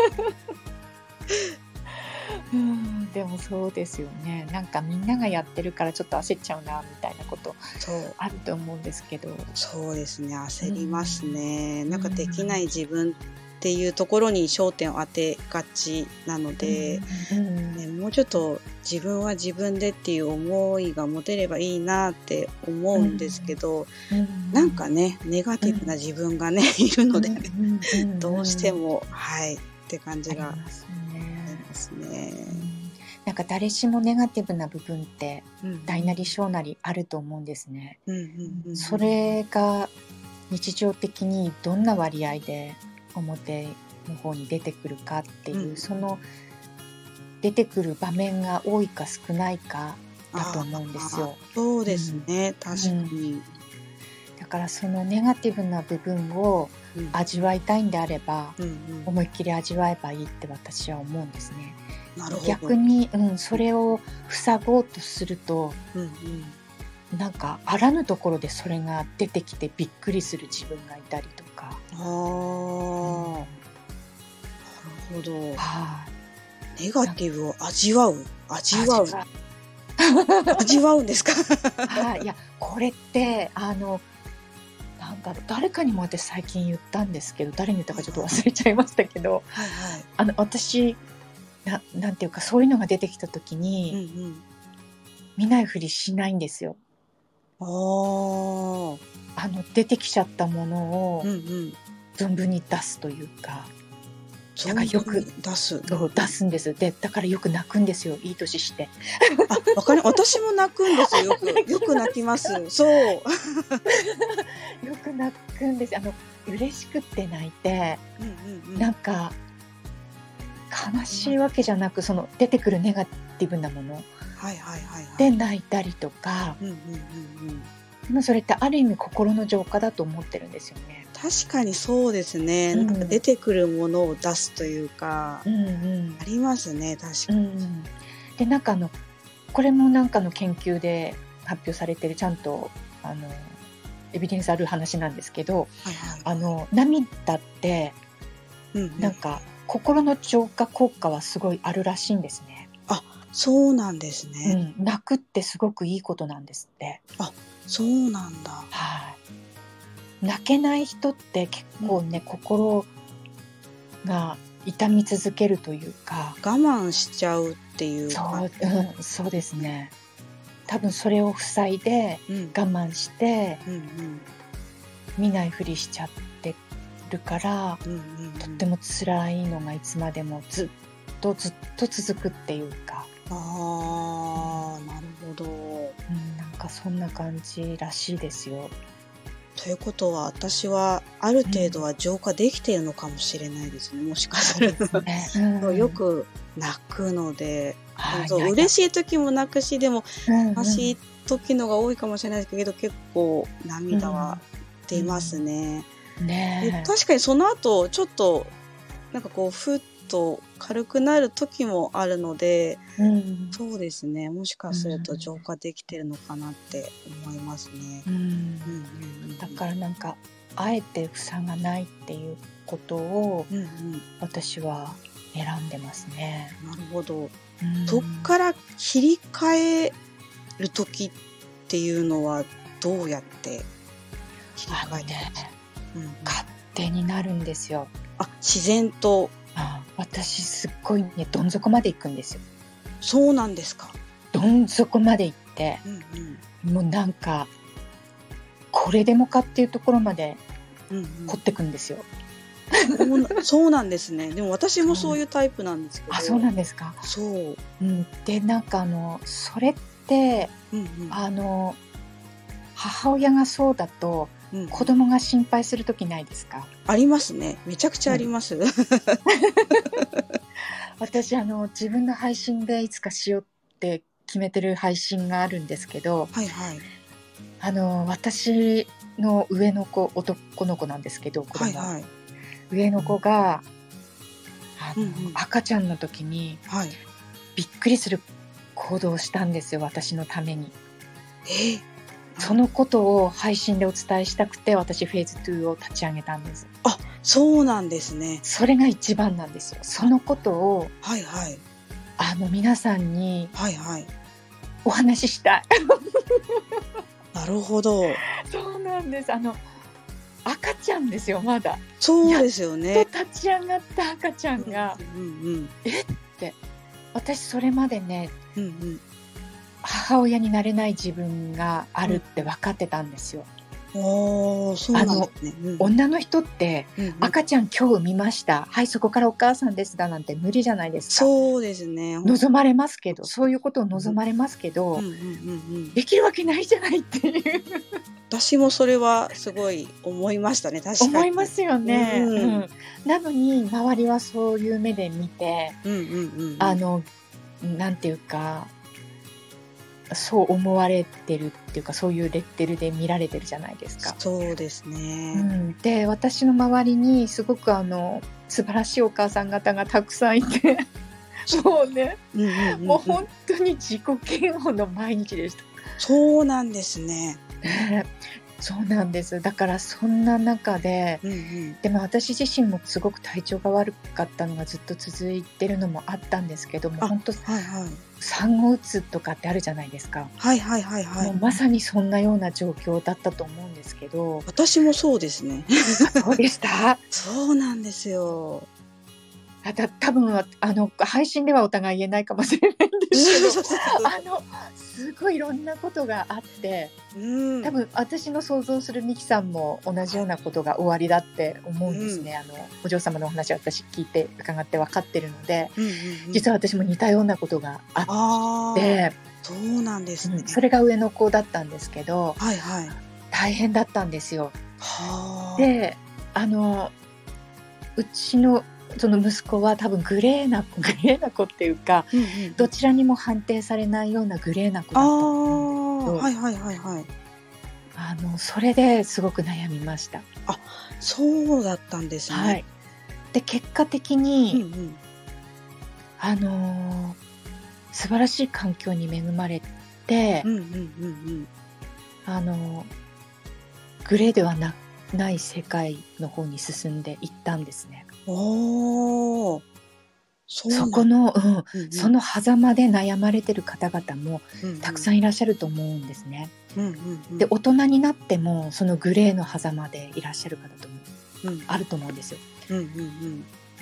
うんでもそうですよね。なんかみんながやってるからちょっと焦っちゃうなみたいなことそうあると思うんですけど、 そうですね。焦りますね。 んなんかできない自分っていうところに焦点を当てがちなので、 うんうんね、もうちょっと自分は自分でっていう思いが持てればいいなって思うんですけど、 うんなんかねネガティブな自分がね、いるので、ねうんうんうんうんどうしてもはいって感じがあありますりね。 ますね。 なんか誰しもネガティブな部分ってうん大なり小なりあると思うんですね。 うんうんうん、 それが日常的にどんな割合で表の方に出てくるかっていう、 うん、 その出てくる場面が多いか少ないかだと思うんですよ。 そうですね、うん、確かに、うん、 だからそのネガティブな部分を味わいたいんであれば、うんうん、思いっきり味わえばいいって私は思うんですね。 なるほど。 逆に、うん、それを塞ごうとすると、 うんうん、 なんかあらぬところでそれが出てきてびっくりする自分がいたりとか。 あー、うん、なるほど。はあ、ネガティブを味わう味わう味わうんですか。 はい、いやこれってあのなんだろう、誰かにも私最近言ったんですけど、誰に言ったかちょっと忘れちゃいましたけど、 はいはい、 あの私な, なんていうかそういうのが出てきた時に、うんうん、見ないふりしないんですよ。 ああの出てきちゃったものを存分に出すというか、 だからよく出すそう出すんです。でだからよく泣くんですよ、いい年して。 あ、わかる。私も泣くんですよ。よくよく泣きます。そうよく泣くんです。あの嬉しくって泣いて、うんうんうん、なんか悲しいわけじゃなく、その出てくるネガティブなもの、はいはいはいはい、 で泣いたりとか、うんうんうんうん、でもそれってある意味心の浄化だと思ってるんですよね。 確かにそうですね、うん、なんか出てくるものを出すというか、うんうん、ありますね、確かに、うん、 でなんかあのこれもなんかの研究で発表されてるちゃんとあのエビデンスある話なんですけど、はいはい、あの涙って、うんうん、なんか心の浄化効果はすごいあるらしいんですね。 あ、そうなんですね、 うん、泣くってすごくいいことなんですって。 あ、そうなんだ。 はい、泣けない人って結構ね、うん、心が痛み続けるというか、 我慢しちゃうっていうそう、 か、 うん、そうですね。多分それを塞いでうん我慢してうんうん見ないふりしちゃってるから、 うんうんうん、 とっても辛いのがいつまでもずっとずっと続くっていうか、 あー、なるほど。 うん、なんかそんな感じらしいですよ。 ということは、私はある程度は浄化できているのかもしれないですね、もしかすると。 ね、 そう、 うん、 よく泣くので、そう、 あーいやいや、 嬉しい時も泣くし、でもうん悲しい時のが多いかもしれないですけど、結構涙は出ますね。 うんで、 ね確かにその後、ちょっと、なんかこう、ふっと軽くなる時もあるので、 え、うんそうですね、もしかするとうん浄化できてるのかなって思いますね。 うん、 うんうんうんだからなんかあえて塞がないっていうことをうんうん、 私は選んでますね。 なるほど。 うんそっから切り替える時っていうのはどうやって切りあの替えてるんですか？ ね、 うんうん、 勝手になるんですよ。 あ、自然と。 あ、私すっごいね、どん底まで行くんですよ。 そうなんですか。 どん底まで行って、 うんうんもうなんかこれでもかっていうところまでうんうん、 掘ってくんですよ。 そうなそうなんですね。でも私もそういうタイプなんですけど。 あ、そうなんですか。 そう。 うん、でなんかあのそれってうんうん。 あの母親がそうだとうんうん、 子供が心配する時ないですか？ ありますね。めちゃくちゃあります。 私あの自分の配信でいつかしようって決めてる配信があるんですけど、 はいはい。 あの私の上の子、男の子なんですけど、子供、 はいはい。 上の子があの、 うんうん、 赤ちゃんの時にはい。 びっくりする行動をしたんですよ、私のために。 え、 そのことを配信でお伝えしたくて、私フェーズにを立ち上げたんです。 あ、そうなんですね。 それが一番なんですよ。そのことをはいはい。 あの皆さんにはいはい。 お話ししたい。 なるほど。 そうなんです。あの赤ちゃんですよ、まだ。 そうですよね。 と立ち上がった赤ちゃんが、 うんうんえって、私それまでね、 うんうんうん。 母親になれない自分があるって分かってたんですよ。 おー、そうなんですね。うん、 女の人ってうんうん、 赤ちゃん今日産みました、はい、そこからお母さんですだなんて無理じゃないですか。 そうですね。 望まれますけど、そういうことを望まれますけど、 うんうんうんうん、 できるわけないじゃないっていう私もそれはすごい思いましたね。確かに。 思いますよね、 うんうん、なのに周りはそういう目で見て、 うんうんうんうん、 あのなんていうか、そう思われてるっていうか、そういうレッテルで見られてるじゃないですか。 そうですね。 うん、で私の周りにすごくあの素晴らしいお母さん方がたくさんいてもうね、 うんうんうんうん、 もう本当に自己嫌悪の毎日でした。 そうなんですね。 ね、そうなんです。だからそんな中で、 うんうん、 でも私自身もすごく体調が悪かったのがずっと続いてるのもあったんですけども、本当、 はいはい、 産後うつとかってあるじゃないですか。 はいはいはいはい。 もうまさにそんなような状況だったと思うんですけど。 私もそうですね。 そうでしたそうなんですよ。 あた多分あの配信ではお互い言えないかもしれないんですけどあのすごいいろんなことがあって、うん、多分私の想像するミキさんも同じようなことがおありだって思うんですね、うん、あのお嬢様のお話は私聞いて伺って分かってるので、うんうんうん、実は私も似たようなことがあってそうなんですね、 うん、それが上の子だったんですけど、 はいはい、 大変だったんですよ。であのうちのその息子は多分グレーなグレーな子っていうか、うんうん、どちらにも判定されないようなグレーな子だったんですけど、はいはいはいはい、あのそれですごく悩みました。 あ、そうだったんですね。はい、 で結果的に、うんうん、あの素晴らしい環境に恵まれて、うんうんうんうん、あのグレーではなない世界の方に進んでいったんですね。おー、そうそこの、うんうんうん、その狭間で悩まれてる方々もたくさんいらっしゃると思うんですね、うんうんうん、で大人になってもそのグレーの狭間でいらっしゃる方ともあると思うんですよ、うんうんうん、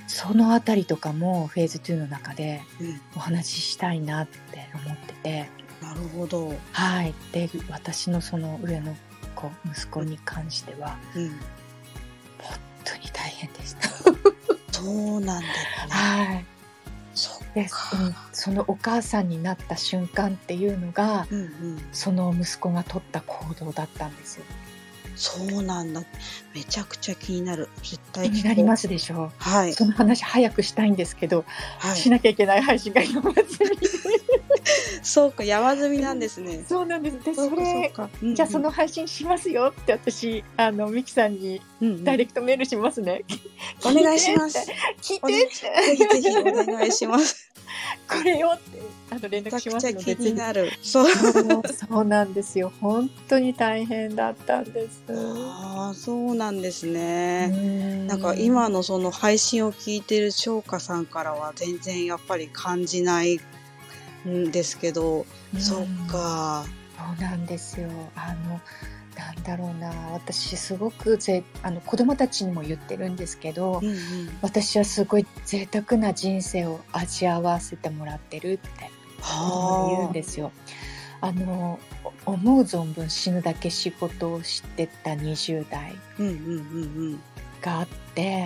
そのあたりとかもフェーズツーの中でお話ししたいなって思ってて、 うん、なるほど。 はい。で、私のその上の子、息子に関しては、うん、本当に大変でした。 そうなんだね。 はい。で、うん、そのお母さんになった瞬間っていうのが、うんうん、その息子が取った行動だったんですよ。 そうなんだ。めちゃくちゃ気になる。絶対気になりますでしょう。 はい。 その話早くしたいんですけど、はい、しなきゃいけない配信が山積み。 そうか、山積みなんですね。 そうなんです。で、それ、うんうん、じゃあその配信しますよって私、あのミキさんにダイレクトメールしますね。 うんうん、お願いします。 聞いてって。 ぜひぜひお願いします。 これよってあの連絡しますので。 めちゃくちゃ気になる。そうそうなんですよ。本当に大変だったんです。 ああ、そうなんですね。んなんか今のその配信を聞いてる翔歌さんからは全然やっぱり感じないんですけど、そっか。 そうなんですよ。あのなんだろうな、私すごくぜあの子供たちにも言ってるんですけど、うんうん、私はすごい贅沢な人生を味わわせてもらってるって言うんですよ。あの思う存分死ぬだけ仕事をしてたにじゅう代があって、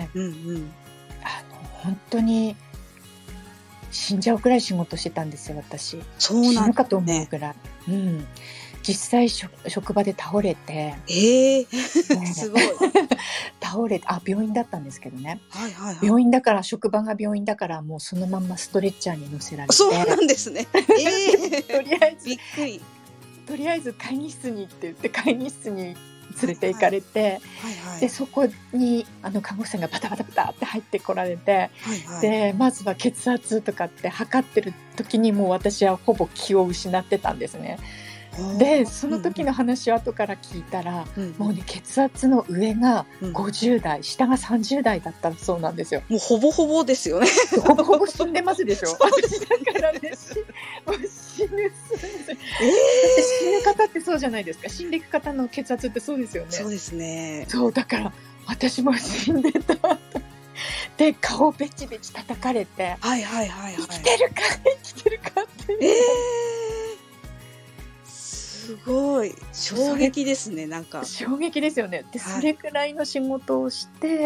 うんうん、あの本当に死んじゃうくらい仕事してたんですよ、私。 そうなんですね。 死ぬかと思うぐらい。うん、実際職場で倒れて、 えー、すごい倒れて、あ、病院だったんですけどね、 はいはいはい、 病院だから、職場が病院だからもうそのまんまストレッチャーに乗せられて、 そうなんですね、えー、 とりあえずびっくり、 とりあえず会議室にって言って会議室に連れて行かれて、はいはい、でそこにあの看護師さんがバタバタバタって入ってこられて、はいはい、でまずは血圧とかって測ってる時にもう私はほぼ気を失ってたんですね。でその時の話を後から聞いたら、うん、もうね血圧の上がごじゅう代、うん、下がさんじゅう代だったそうなんですよ。 もうほぼほぼですよね。 ほぼほぼ死んでますでしょ。私だからね、もう死ぬ、えー、死ぬ方ってそうじゃないですか。死んでいく方の血圧ってそうですよね。 そうですね。 そうだから私も死んでた。で顔ベチベチ叩かれて、 はいはいはいはい、 生きてるか生きてるかっていう。 えーすごい衝撃ですね。なんか衝撃ですよね。で、はい、それくらいの仕事をして、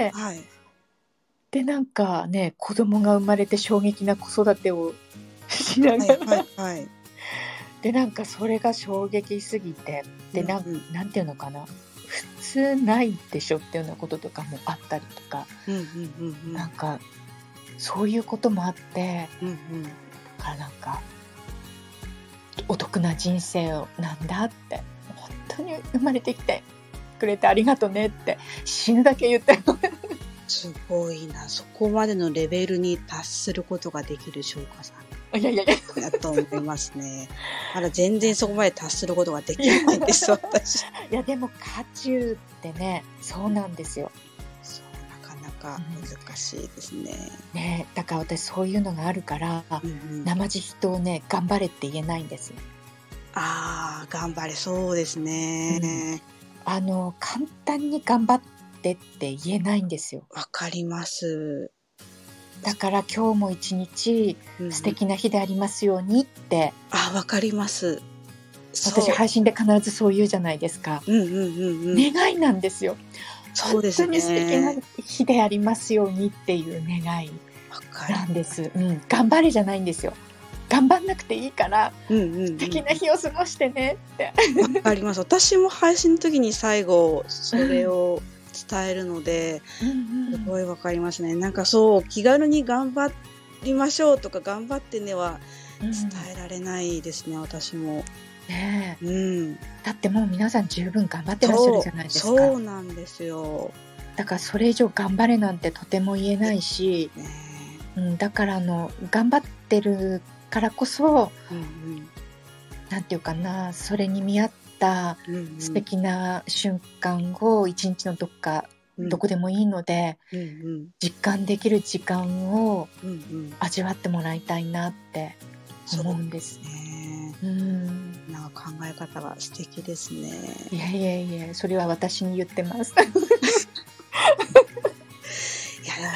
はい、でなんかね子供が生まれて衝撃な子育てをしながら、はいはいはい、でなんかそれが衝撃すぎて、でなん、うんうん、なんていうのかな、普通ないでしょっていうようなこととかもあったりとか、うんうんうんうん、なんかそういうこともあって、うんうん、だからなんかお得な人生をなんだって、本当に生まれてきてくれてありがとねって死ぬだけ言ってすごいな、そこまでのレベルに達することができる翔歌さん、 いやいやいやだと思いますね。まだ全然そこまで達することができないんです私。 いやでも渦中ってね、そうなんですよ。 難しいですね。 うん、ね、だから私そういうのがあるから、うんうん、生地人をね頑張れって言えないんです。 ああ、頑張れ、そうですね、 うん、あの簡単に頑張ってって言えないんですよ。 わかります。 だから今日も一日素敵な日でありますようにって、 うん、あ、わかります。 私配信で必ずそう言うじゃないですか、うんうんうんうん、願いなんですよ。 そうですね、 本当に素敵な日でありますようにっていう願いなんです、うん、頑張れじゃないんですよ。頑張んなくていいから、うんうんうん、素敵な日を過ごしてねってわかります。私も配信の時に最後それを伝えるので、うん、すごいわかりますね。なんかそう気軽に頑張りましょうとか頑張ってねは伝えられないですね、うん、私もねえ、うん、だってもう皆さん十分頑張ってらっしゃるじゃないですか。 そう、そうなんですよ。 だからそれ以上頑張れなんてとても言えないし、ね、うん、だからあの頑張ってるからこそ、うんうん、なんていうかな、それに見合った素敵な瞬間を一日のどっか、うん、どこでもいいので、うんうん、実感できる時間を味わってもらいたいなって思うんですね。うん、 なんか考え方が素敵ですね。 いやいやいや、それは私に言ってます。 いや、素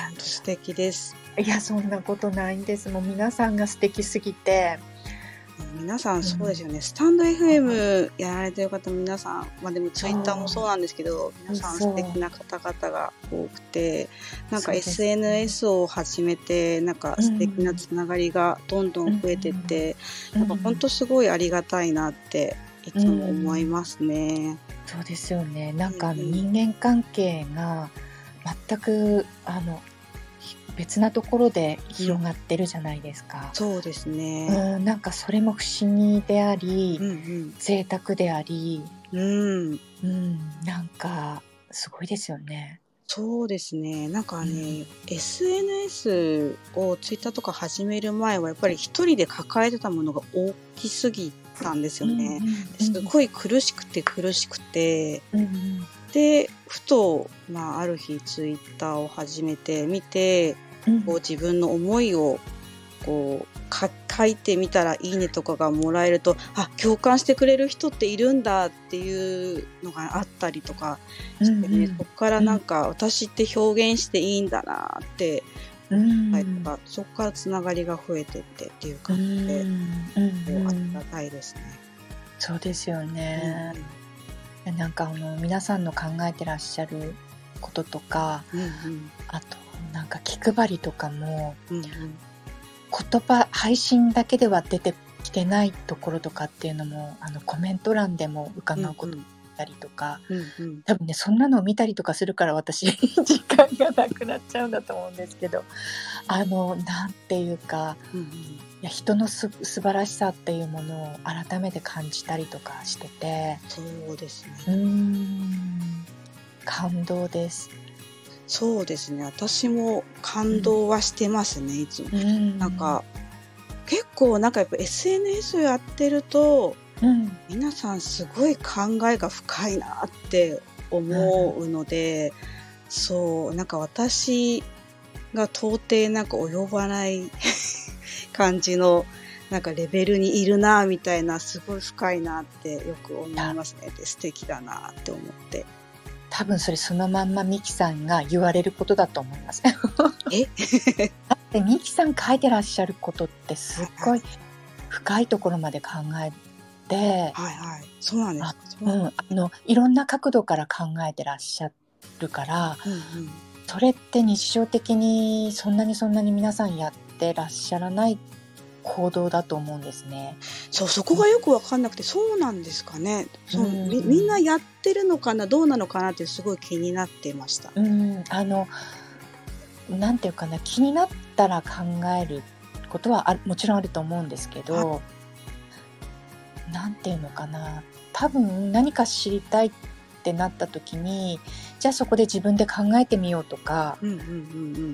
敵です。 いや、そんなことないんです。もう皆さんが素敵すぎて。 皆さんそうですよね、うん、スタンド エフエム やられてる方皆さん、まあ、でもツイッターもそうなんですけど、皆さん素敵な方々が多くて、なんか エスエヌエス を始めてなんか素敵なつながりがどんどん増えてって、うん、なんか本当すごいありがたいなっていつも思いますね。うん、 そうですよね。なんかあの人間関係が全くあの別なところで広がってるじゃないですか。うん、 そうですね。 うん、なんかそれも不思議であり、うんうん、贅沢であり、 うん、 うん、なんかすごいですよね。 そうですね。なんかね、うん、エスエヌエス をツイッターとか始める前はやっぱり一人で抱えてたものが大きすぎたんですよね。うんうんうん、すごい苦しくて苦しくて、うんうん、でふと、まあ、ある日ツイッターを始めてみて、こう自分の思いをこうか書いてみたらいいねとかがもらえると、あ、共感してくれる人っているんだっていうのがあったりとかしてね、うんうん、そこからなんか私って表現していいんだなって、うん、はい、とかそこからつながりが増えてってっていう感じで、うんうん、ありがたいですね。 そうですよね。うん、なんかあの皆さんの考えてらっしゃることとか、うんうん、あとなんか気配りとかも、うんうん、言葉配信だけでは出てきてないところとかっていうのもあのコメント欄でも伺うことだったりとか、うんうん、多分ねそんなのを見たりとかするから私時間がなくなっちゃうんだと思うんですけど、あのなんていうか、うんうん、いや人のす素晴らしさっていうものを改めて感じたりとかしてて、 そうですね、 うーん感動です。 そうですね、私も感動はしてますね、うん、いつも、うん、なんか結構なんかやっぱ エスエヌエス やってると、うん、皆さんすごい考えが深いなって思うので、うん、そうなんか私が到底なんか及ばない感じのなんかレベルにいるなみたいな、すごい深いなってよく思いますね。で素敵だなって思って。 多分それそのまんまミキさんが言われることだと思います。 えだってミキさん書いてらっしゃることってすっごい深いところまで考えて、はいはい、そうなんです。 うん、あのいろんな角度から考えてらっしゃるから、うんうん、それって日常的にそんなにそんなに皆さんやってらっしゃらない行動だと思うんですね。 そう、そこがよく分かんなくて、そうなんですかね。そう、うん、み, みんなやってるのかな、どうなのかなってすごい気になっていました。 うん、あのなんていうかな、気になったら考えることはあもちろんあると思うんですけど、なんていうのかな、多分何か知りたいってなった時に、じゃあそこで自分で考えてみようとか、うんうんうんうん、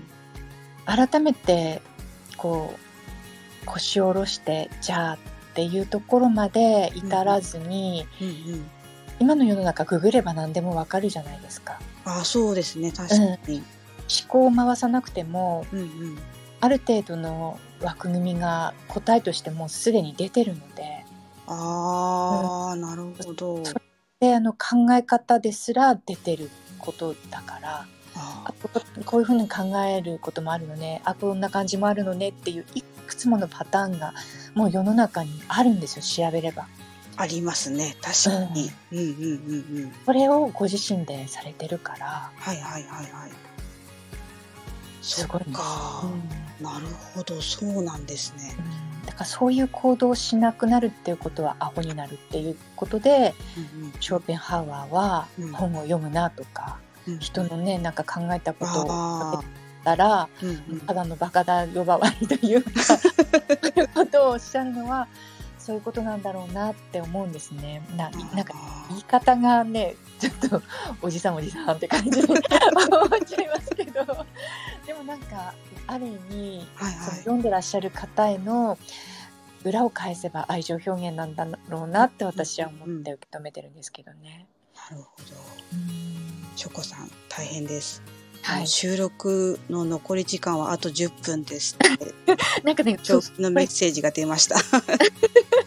改めてこう腰を下ろしてじゃあっていうところまで至らずに、うんうんうん、今の世の中ググれば何でもわかるじゃないですか。 あ、そうですね、確かに、うん、 思考を回さなくても、うんうん、ある程度の枠組みが答えとしてもうすでに出てるので、 あー、うん、なるほど。 それであの考え方ですら出てることだから、ああこういうふうに考えることもあるのね、あこんな感じもあるのねっていういくつものパターンがもう世の中にあるんですよ、調べれば。 ありますね、確かに、うん、うんうんうんうん。 これをご自身でされてるから、 はいはいはいはい。すごいか、うん、なるほど、そうなんですね、 うん、だからそういう行動をしなくなるっていうことはアホになるっていうことで、うんうん、ショーペンハウアーは本を読むなとか、うん、人のねなんか考えたことを書けたら、うんうん、ただのバカだ呼ばわりというかそういうことをおっしゃるのはそういうことなんだろうなって思うんですね。な、なんか言い方がねちょっとおじさんおじさんって感じで思っちゃいますけどでもなんかある意味、はいはい、その読んでらっしゃる方への裏を返せば愛情表現なんだろうなって私は思って受け止めてるんですけどね。 なるほど。チョコさん大変です。 はい、 収録の残り時間はあとじゅっぷんですなんかね今日のメッセージが出ました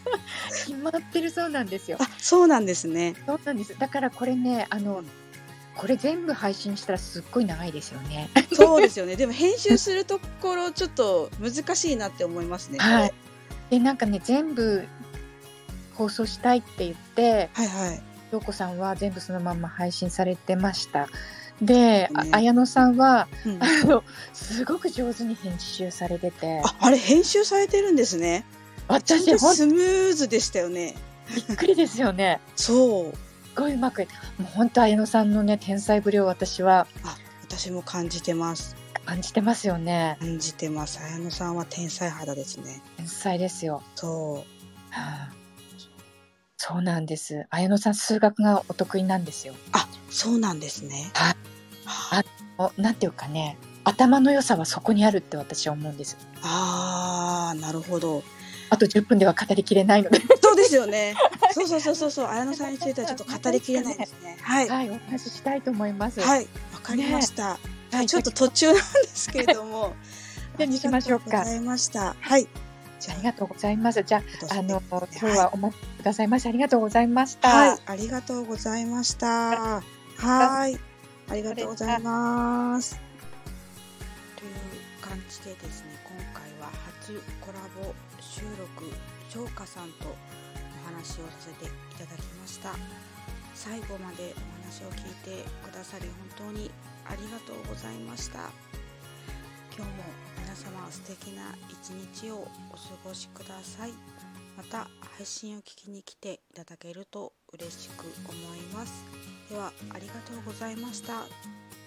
決まってるそうなんですよ。 あ、そうなんですね。 そうなんです。だからこれねあのこれ全部配信したらすっごい長いですよね。 そうですよね。でも編集するところちょっと難しいなって思いますね。 はい。でなんかね全部放送したいって言って、 はいはい。 陽子さんは全部そのまま配信されてました。で、 ね、 綾乃さんは、 うん、 あのすごく上手に編集されてて、 あ、あれ編集されてるんですね。 私ほんとスムーズでしたよね。 びっくりですよね。 そう。 すごいうまく、もう本当綾乃さんのね天才ぶりを私は、 あ、私も感じてます。 感じてますよね。 感じてます。綾乃さんは天才肌ですね。 天才ですよ。 そう。 はあ、そうなんです。綾乃さん数学がお得意なんですよ。 あ、そうなんですね。 はい。あのなんていうかね、頭の良さはそこにあるって私は思うんです。 ああ、なるほど。 あとじゅっぷんでは語りきれないので。 そうですよね。そうそうそうそうそう。綾乃さんについてはちょっと語りきれないですね。はい。 はい、お話ししたいと思います。 はい、わかりました。 ね、はい、 ちょっと途中なんですけれども。 じゃあにしましょうか。 ありがとうございました。はい。 ありがとうございます。じゃあ、あの、今日はお待ちくださいましてありがとうございました。 はい、ありがとうございました。はい、ありがとうございます。という感じでですね、今回は初コラボ収録、しょうかさんとお話をさせていただきました。最後までお話を聞いてくださり本当にありがとうございました。今日も皆様素敵な一日をお過ごしください。また配信を聞きに来ていただけると嬉しく思います。ではありがとうございました。